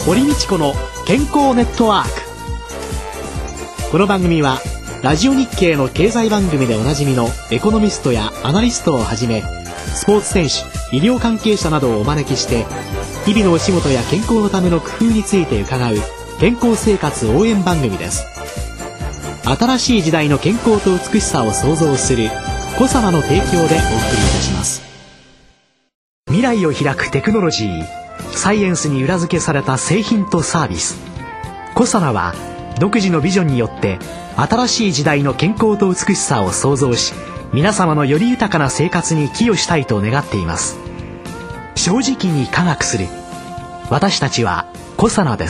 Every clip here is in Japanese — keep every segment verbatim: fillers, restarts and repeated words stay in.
堀道子の健康ネットワーク。この番組はラジオ日経の経済番組でおなじみのエコノミストやアナリストをはじめ、スポーツ選手、医療関係者などをお招きして日々のお仕事や健康のための工夫について伺う健康生活応援番組です。新しい時代の健康と美しさを創造するコサナの提供でお送りいたします。未来を開くテクノロジー、サイエンスに裏付けされた製品とサービス。コサナは独自のビジョンによって新しい時代の健康と美しさを創造し、皆様のより豊かな生活に寄与したいと願っています。正直に科学する、私たちはコサナです。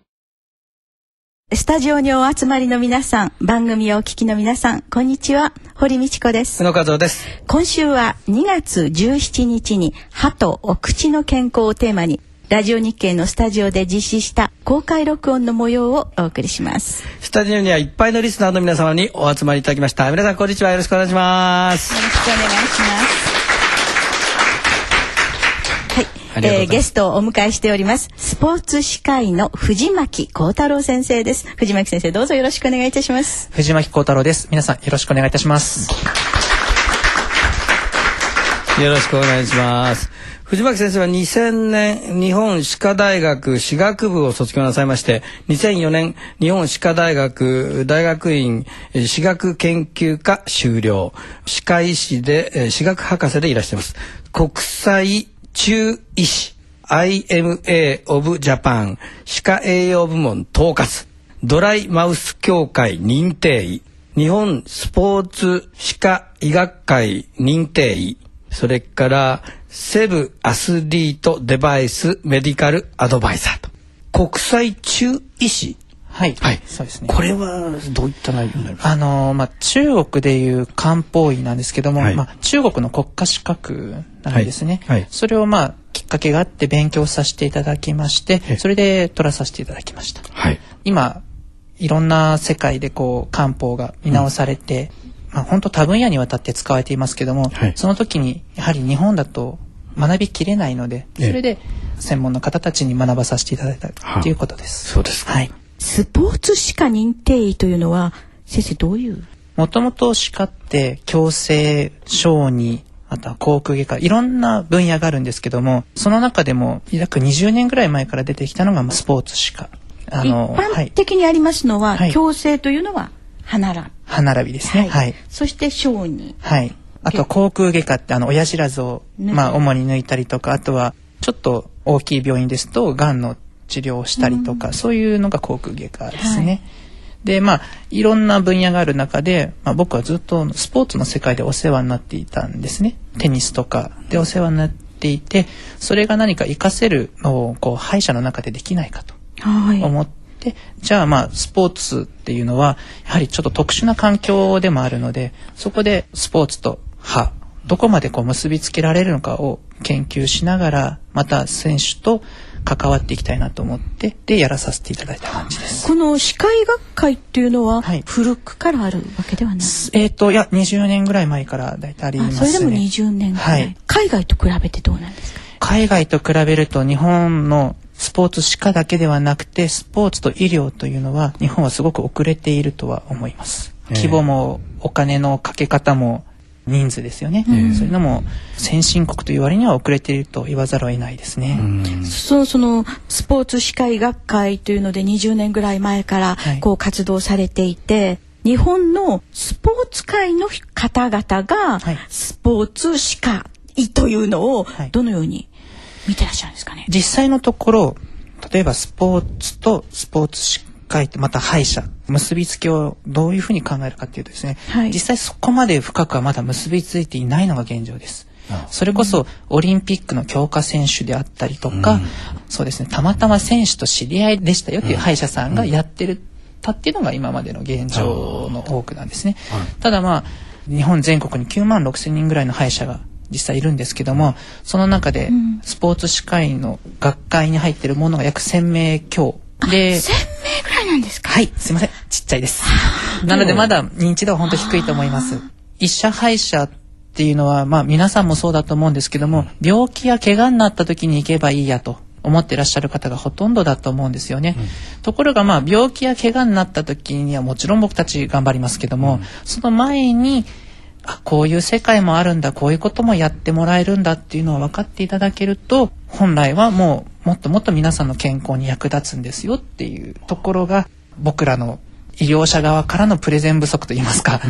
スタジオにお集まりの皆さん、番組をお聞きの皆さん、こんにちは。堀道子です。 宇野和夫です。 今週はにがつじゅうしちにちに歯とお口の健康をテーマに、ラジオ日経のスタジオで実施した公開録音の模様をお送りします。 スタジオにはいっぱいのリスナーの皆様にお集まりいただきました。皆さんこんにちは、よろしくお願いします。 よろしくお願いします。はい、えー、ゲストをお迎えしております。スポーツ歯科医の藤巻幸太郎先生です。藤巻先生、どうぞよろしくお願いいたします。 藤巻幸太郎です。皆さんよろしくお願いいたします。 よろしくお願いします。藤巻先生はにせんねん日本歯科大学歯学部を卒業なさいまして、にせんよねん日本歯科大学大学院歯学研究科修了、歯科医師で歯学博士でいらっしゃいます。国際中医師 アイエムエー of Japan 歯科栄養部門統括、ドライマウス協会認定医、日本スポーツ歯科医学会認定医、それからセブアスリートデバイスメディカルアドバイザーと。国際中医師、 はい、はい、そうですね。 これはどういった内容になりますか？ あの、まあ、中国でいう漢方医なんですけども、はい、まあ、中国の国家資格なんですね。はいはい、それをまあきっかけがあって勉強させていただきまして、それで取らさせていただきました。はい、今いろんな世界でこう漢方が見直されて、うん、まあ、本当多分野にわたって使われていますけども、はい、その時にやはり日本だと学びきれないので、それで専門の方たちに学ばさせていただいたということです。 そうですか。 はい。 スポーツ歯科認定医というのは先生どういう？ もともと歯科って矯正、小児、あとは口腔外科、いろんな分野があるんですけども、その中でも約にじゅうねんぐらい前から出てきたのがスポーツ歯科。 あの一般的にありますのは、はい、矯正というのは歯並び。 歯並びですね。はい。はい、 そして小児。 はい。あとは口腔外科ってあの親知らずを、まあ、主に抜いたりとか、あとはちょっと大きい病院ですとがんの治療をしたりとか、うん、そういうのが口腔外科ですね。はい、でまあいろんな分野がある中で、まあ、僕はずっとスポーツの世界でお世話になっていたんですね。テニスとかでお世話になっていて、それが何か活かせるのをこう歯医者の中でできないかと思って、はい、じゃあまあスポーツっていうのはやはりちょっと特殊な環境でもあるので、そこでスポーツと歯どこまでこう結びつけられるのかを研究しながら、また選手と関わっていきたいなと思ってでやらさせていただいた感じです。 この歯科医学会っていうのは古くからあるわけではない、はい、 えーといやにじゅうねんぐらい前からだいたいありますね。 あ、それでもにじゅうねんぐらい、はい、海外と比べてどうなんですか？ 海外と比べると日本のスポーツ歯科だけではなくてスポーツと医療というのは日本はすごく遅れているとは思います。規模もお金のかけ方も人数ですよね、うん、そういうのも先進国という割には遅れていると言わざるを得ないですね。うん、 そ, そのスポーツ歯科医学会というのでにじゅうねんぐらい前からこう活動されていて、はい、日本のスポーツ界の方々がスポーツ歯科医というのをどのように見てらっしゃるんですかね？ 実際のところ例えばスポーツとスポーツ歯科医また歯医者結びつきをどういうふうに考えるかというとですね、はい、実際そこまで深くはまだ結びついていないのが現状です。それこそオリンピックの強化選手であったりとか、うん、そうですね、たまたま選手と知り合いでしたよという歯医者さんがやってるたっていうのが今までの現状の多くなんですね。うん、ただまあ日本全国にきゅうまんろくせんにんぐらいの歯医者が実際いるんですけども、その中でスポーツ歯科医の学会に入っているものが約せんめい強で、 せんめいぐらいなんですか？ はい、すいません、ちっちゃいです。なのでまだ認知度は本当低いと思います。医者歯医者っていうのはまあ皆さんもそうだと思うんですけども、病気や怪我になった時に行けばいいやと思っていらっしゃる方がほとんどだと思うんですよね、うん、ところがまあ病気や怪我になった時にはもちろん僕たち頑張りますけども、うん、その前にあこういう世界もあるんだ、こういうこともやってもらえるんだっていうのを分かっていただけると、本来はもうもっともっと皆さんの健康に役立つんですよっていうところが僕らの医療者側からのプレゼン不足といいますか、うん、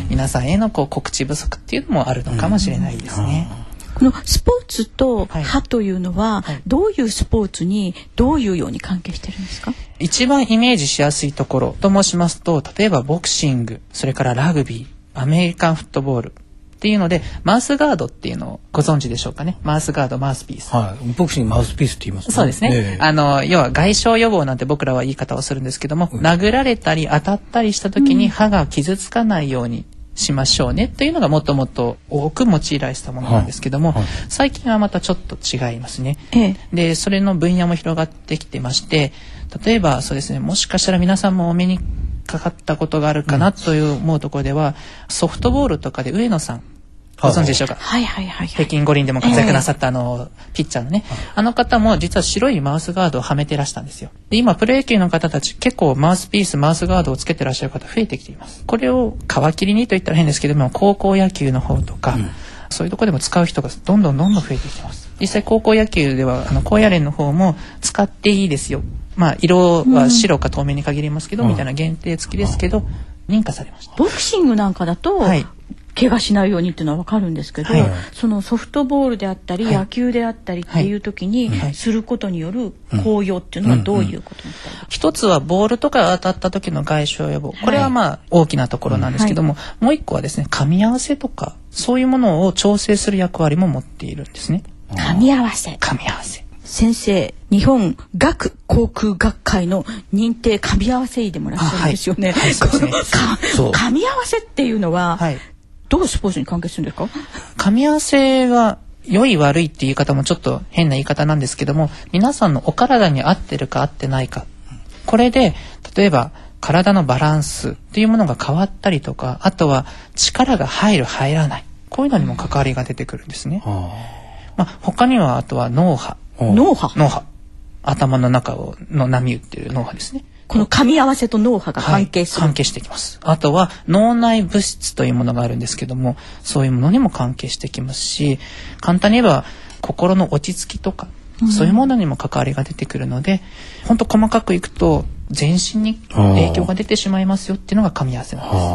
皆さんへのこう告知不足っていうのもあるのかもしれないですね、 うん、このスポーツと歯というのは、はいはい、どういうスポーツにどういうように関係してるんですか？ 一番イメージしやすいところと申しますと、例えばボクシング、それからラグビー、アメリカンフットボールっていうのでマウスガードっていうのをご存知でしょうかね。マウスガード、マウスピース、 はい、ボクシングマウスピースって言いますね。 そうですね、えー、あの要は外傷予防なんて僕らは言い方をするんですけども、うん、殴られたり当たったりした時に歯が傷つかないようにしましょうねというのがもともと多く用いられたものなんですけども、はいはい、最近はまたちょっと違いますね、ええ、でそれの分野も広がってきてまして、例えばそうですね、もしかしたら皆さんもお目にかかったことがあるかなという思うところでは、うん、ソフトボールとかで上野さんご存知でしょうか？ はいはいはいはい、 北京五輪でも活躍なさったあの、えー、ピッチャーのね、あの方も実は白いマウスガードをはめてらしたんですよ。で今プロ野球の方たち結構マウスピース、マウスガードをつけてらっしゃる方増えてきています。これを皮切りにと言ったら変ですけども、高校野球の方とか、うん、そういうところでも使う人がどんどんどんどん増えてきてます。実際高校野球ではあの高野連の方も使っていいですよ、まあ色は白か透明に限りますけど、うん、みたいな限定付きですけど、うん、認可されました。 ボクシングなんかだと、はい、怪我しないようにっていうのは分かるんですけど、はい、そのソフトボールであったり、はい、野球であったりっていう時にすることによる効用っていうのはどういうことなんですか？ 一つはボールとか当たった時の外傷予防、これはまあ大きなところなんですけども、はい、もう一個はですね、噛み合わせとかそういうものを調整する役割も持っているんですね。 噛み合わせ噛み合わせ先生、日本学航空学会の認定噛み合わせ医でもらっしゃるんですよね。はいはい、そうですね噛み合わせっていうのは、はい、どうスポーツに関係するんですか？ 噛み合わせは良い悪いっていう言い方もちょっと変な言い方なんですけども、皆さんのお体に合ってるか合ってないか、これで例えば体のバランスっていうものが変わったりとか、あとは力が入る入らない、こういうのにも関わりが出てくるんですね。まあ、他にはあとは脳波脳波脳波頭の中をの波打っている脳波ですね。 この噛み合わせと脳波が関係する、 はい、関係してきます。あとは脳内物質というものがあるんですけども、そういうものにも関係してきますし、簡単に言えば心の落ち着きとか、うん、そういうものにも関わりが出てくるので、本当細かくいくと全身に影響が出てしまいますよっていうのが噛み合わせなんです。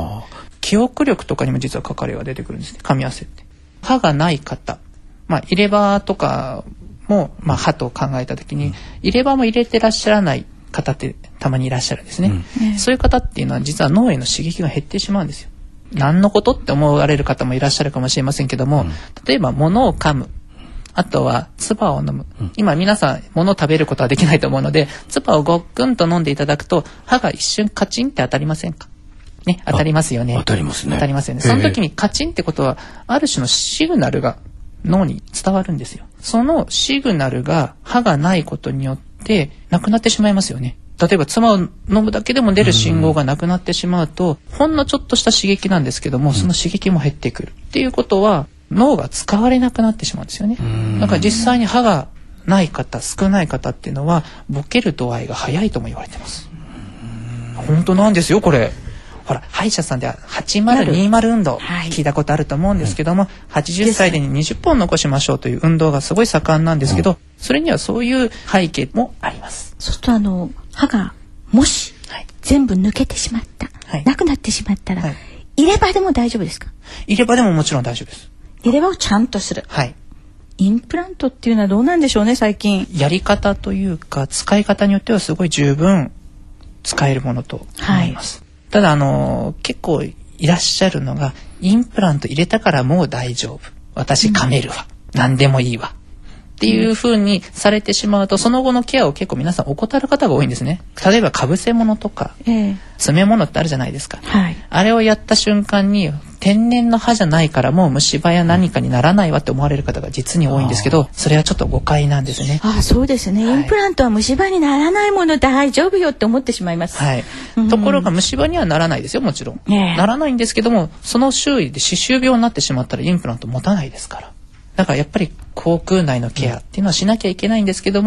記憶力とかにも実は関わりが出てくるんですね、噛み合わせって。歯がない方、まあ入れ歯とかも、まあ、歯と考えた時に、うん、入れ歯も入れてらっしゃらない方ってたまにいらっしゃるんですね、うん、そういう方っていうのは実は脳への刺激が減ってしまうんですよ。何のことって思われる方もいらっしゃるかもしれませんけども、うん、例えば物を噛む、あとは唾を飲む、うん、今皆さん物を食べることはできないと思うので、唾をごっくんと飲んでいただくと歯が一瞬カチンって当たりませんかね？当たりますよね。 当たりますね。 当たりますよね。その時にカチンってことはある種のシグナルが脳に伝わるんですよ。そのシグナルが歯がないことによってなくなってしまいますよね。例えば唾を飲むだけでも出る信号がなくなってしまうと、ほんのちょっとした刺激なんですけども、その刺激も減ってくるっていうことは脳が使われなくなってしまうんですよね。だから実際に歯がない方、少ない方っていうのはボケる度合いが早いとも言われてます。本当なんですよこれ。ほら歯医者さんでははちまるにまる運動聞いたことあると思うんですけども、はい、はちじゅっさいでににじゅっぽん残しましょうという運動がすごい盛んなんですけど、それにはそういう背景もあります。 そうするとあの歯がもし全部抜けてしまった、はい、なくなってしまったら、はい、入れ歯でも大丈夫ですか？ 入れ歯でももちろん大丈夫です。 入れ歯をちゃんとする、 はい、 インプラントっていうのはどうなんでしょうね最近。 やり方というか使い方によってはすごい十分使えるものと思います、はい、ただあの結構いらっしゃるのが、インプラント入れたからもう大丈夫、私噛めるわ、うん、何でもいいわっていう風にされてしまうと、その後のケアを結構皆さん怠る方が多いんですね。例えばかぶせ物とか、えー、詰め物ってあるじゃないですか、はい、あれをやった瞬間に天然の歯じゃないからもう虫歯や何かにならないわって思われる方が実に多いんですけど、それはちょっと誤解なんですね。 ああ、そうですね、はい、インプラントは虫歯にならないもの大丈夫よって思ってしまいます、 はい、うん、ところが虫歯にはならないですよ、もちろん、ね、ならないんですけども、その周囲で歯周病になってしまったらインプラント持たないですから。だからやっぱり口腔内のケアっていうのはしなきゃいけないんですけども、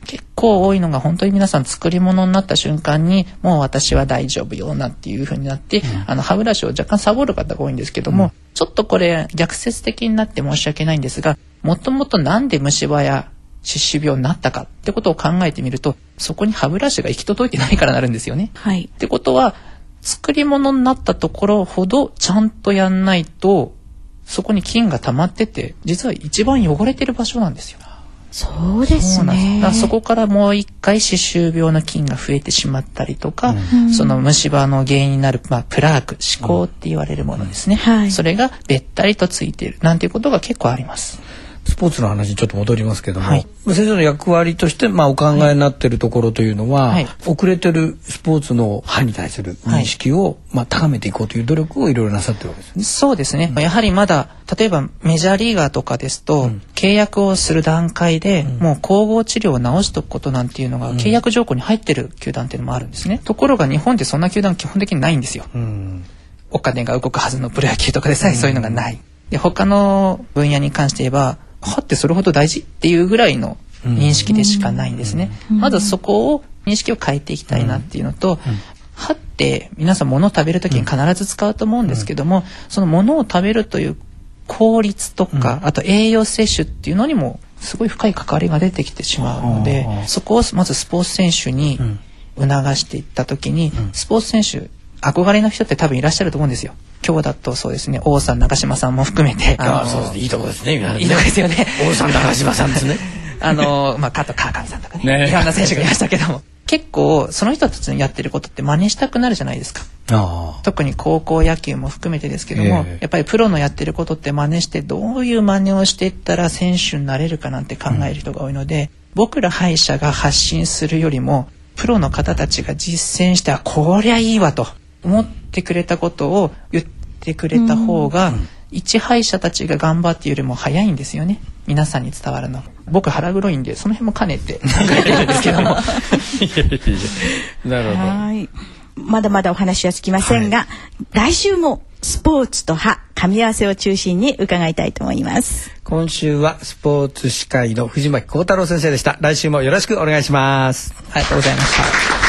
結構多いのが本当に皆さん作り物になった瞬間にもう私は大丈夫よなんていう風になって、うん、あの歯ブラシを若干サボる方が多いんですけども、うん、ちょっとこれ逆説的になって申し訳ないんですが、もともとなんで虫歯や歯周病になったかってことを考えてみると、そこに歯ブラシが行き届いてないからなるんですよね。 はい、 ってことは作り物になったところほどちゃんとやんないとそこに菌が溜まってて実は一番汚れてる場所なんですよ。 そうですね。 だからそこからもう一回歯周病の菌が増えてしまったりとか、うん、その虫歯の原因になる、まあ、プラーク歯垢って言われるものですね、うんはい、それがべったりとついているなんていうことが結構あります。 スポーツの話にちょっと戻りますけども、はい、先生の役割として、まあ、お考えになっているところというのは、はい、遅れてるスポーツの歯に対する認識を、はいまあ、高めていこうという努力をいろいろなさってるわけですね。 そうですね、うん、やはりまだ例えばメジャーリーガーとかですと、うん、契約をする段階で、うん、もう統合治療を治しておくことなんていうのが契約条項に入ってる球団っていうのもあるんですね、うん、ところが日本ってそんな球団基本的にないんですよ、うん、お金が動くはずのプロ野球とかでさえそういうのがない、うん、で他の分野に関して言えば歯ってそれほど大事っていうぐらいの認識でしかないんですね、うん、まずそこを認識を変えていきたいなっていうのと、うん、歯って皆さん物を食べるときに必ず使うと思うんですけども、うん、その物を食べるという効率とか、うん、あと栄養摂取っていうのにもすごい深い関わりが出てきてしまうので、うん、そこをまずスポーツ選手に促していったときに、うん、スポーツ選手憧れの人って多分いらっしゃると思うんですよ。今日だとそうですね、王さん長嶋さんも含めて、 あそうですね、いいとこですね、 いいとこですよね。 王さん長嶋さんですね。 あのまあ加藤川上さんとかね、いろんな選手がいましたけども、結構その人たちのやってることって真似したくなるじゃないですか。あ特に高校野球も含めてですけども、えー、やっぱりプロのやってることって真似してどういう真似をしていったら選手になれるかなんて考える人が多いので、うん、僕ら歯医者が発信するよりもプロの方たちが実践してはこりゃいいわと思ってくれたことを言ってくれた方が、うん、一歯医者たちが頑張ってよりも早いんですよね、皆さんに伝わるの。僕腹黒いんでその辺も兼ねて考えてるんですけども。いやいやいやなるほど。 はいまだまだお話はつきませんが、はい、来週もスポーツと歯噛み合わせを中心に伺いたいと思います。 今週はスポーツ歯科医の藤巻幸太郎先生でした。来週もよろしくお願いします。 ありがとうございました。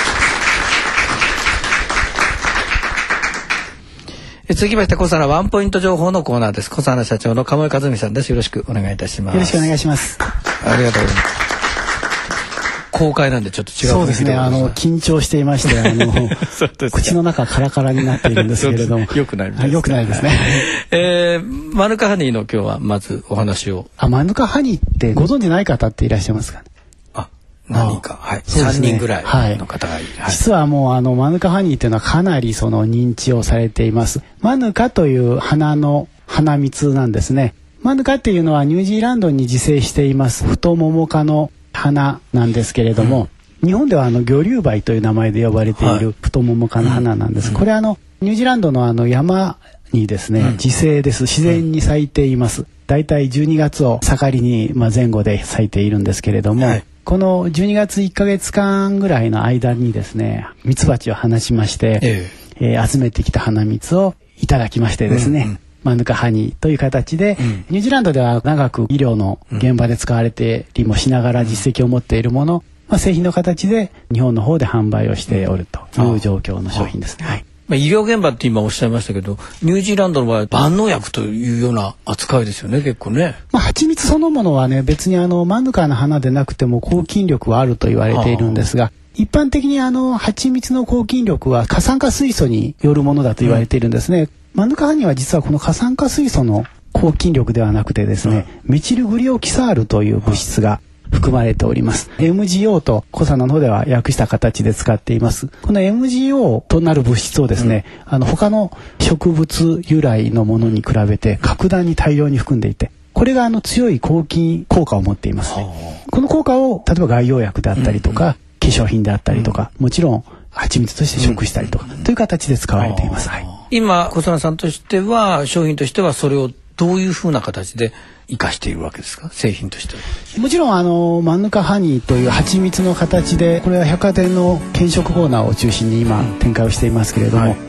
続きまして小佐奈ワンポイント情報のコーナーです。小佐奈社長の鴨井和美さんです。よろしくお願いいたします。 よろしくお願いします。 ありがとうございます。公開なんでちょっと違う。 そうですね、あの緊張していましてあの口の中カラカラになっているんですけれどもよくないです、ね、 よくないですね。 えー、マヌカハニーの今日はまずお話を。 あマヌカハニーってご存じない方っていらっしゃいますかね。 あ何人か、はい、さんにんぐらいの方がいる、 はいはい、実はもうあのマヌカハニーというのはかなりその認知をされています。マヌカという花の花蜜なんですね。マヌカっていうのはニュージーランドに自生しています太もも科の花なんですけれども、うん、日本ではあの魚竜梅という名前で呼ばれている太もも科の花なんです、はい、これはあのニュージーランドのあの山にですね、うん、自生です。自然に咲いています。だいたいじゅうにがつを盛りに、まあ、前後で咲いているんですけれども、はい、このじゅうにがついっかげつかんぐらいの間にですねミツバチを放ちまして、えええー、集めてきた花蜜をいただきましてですね、うんうんマヌカハニーという形で、うん、ニュージーランドでは長く医療の現場で使われてりもしながら実績を持っているもの、まあ、製品の形で日本の方で販売をしておるという状況の商品ですね。はいまあ、医療現場って今おっしゃいましたけどニュージーランドの場合万能薬というような扱いですよね結構ね。 まあ、蜂蜜そのものはね別にあのマヌカの花でなくても抗菌力はあると言われているんですが一般的にあの蜂蜜の抗菌力は過酸化水素によるものだと言われているんですね。うんマヌカハニーは実はこの過酸化水素の抗菌力ではなくてですね、うん、メチルグリオキサールという物質が含まれております。エムジーオー と小佐奈の方では訳した形で使っています。この エムジーオー となる物質をですね、うん、あの他の植物由来のものに比べて格段に大量に含んでいて、これがあの強い抗菌効果を持っていますね。この効果を例えば外用薬であったりとか、うん、化粧品であったりとか、もちろん蜂蜜として食したりとか、うん、という形で使われています。はい、 今小佐奈さんとしては商品としてはそれをどういうふうな形で生かしているわけですか製品としては。 もちろんあのマヌカハニーという蜂蜜の形でこれは百貨店の検食コーナーを中心に今展開をしていますけれども、はい、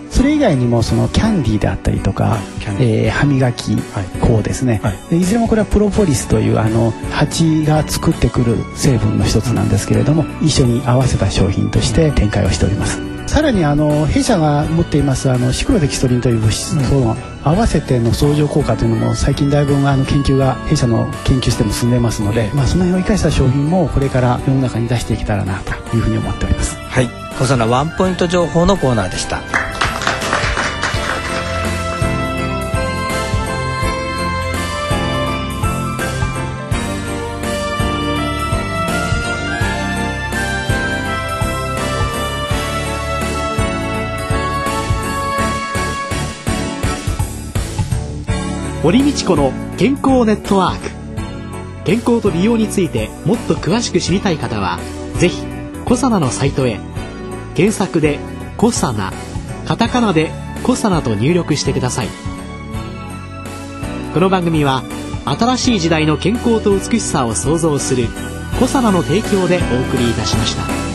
それ以外にもそのキャンディーであったりとか、はい、えー、歯磨き粉ですね、はい、いずれもこれはプロポリスというあの蜂が作ってくる成分の一つなんですけれども、一緒に合わせた商品として展開をしております。さらにあの弊社が持っていますあのシクロデキストリンという物質と合わせての相乗効果というのも最近だいぶあの研究が弊社の研究室でも進んでますので、まあ、その辺を生かした商品もこれから世の中に出していけたらなというふうに思っております。 はい、コサナワンポイント情報のコーナーでした。 森道子の健康ネットワーク。健康と美容についてもっと詳しく知りたい方はぜひコサナのサイトへ検索でコサナ、カタカナでコサナと入力してください。この番組は新しい時代の健康と美しさを創造するコサナの提供でお送りいたしました。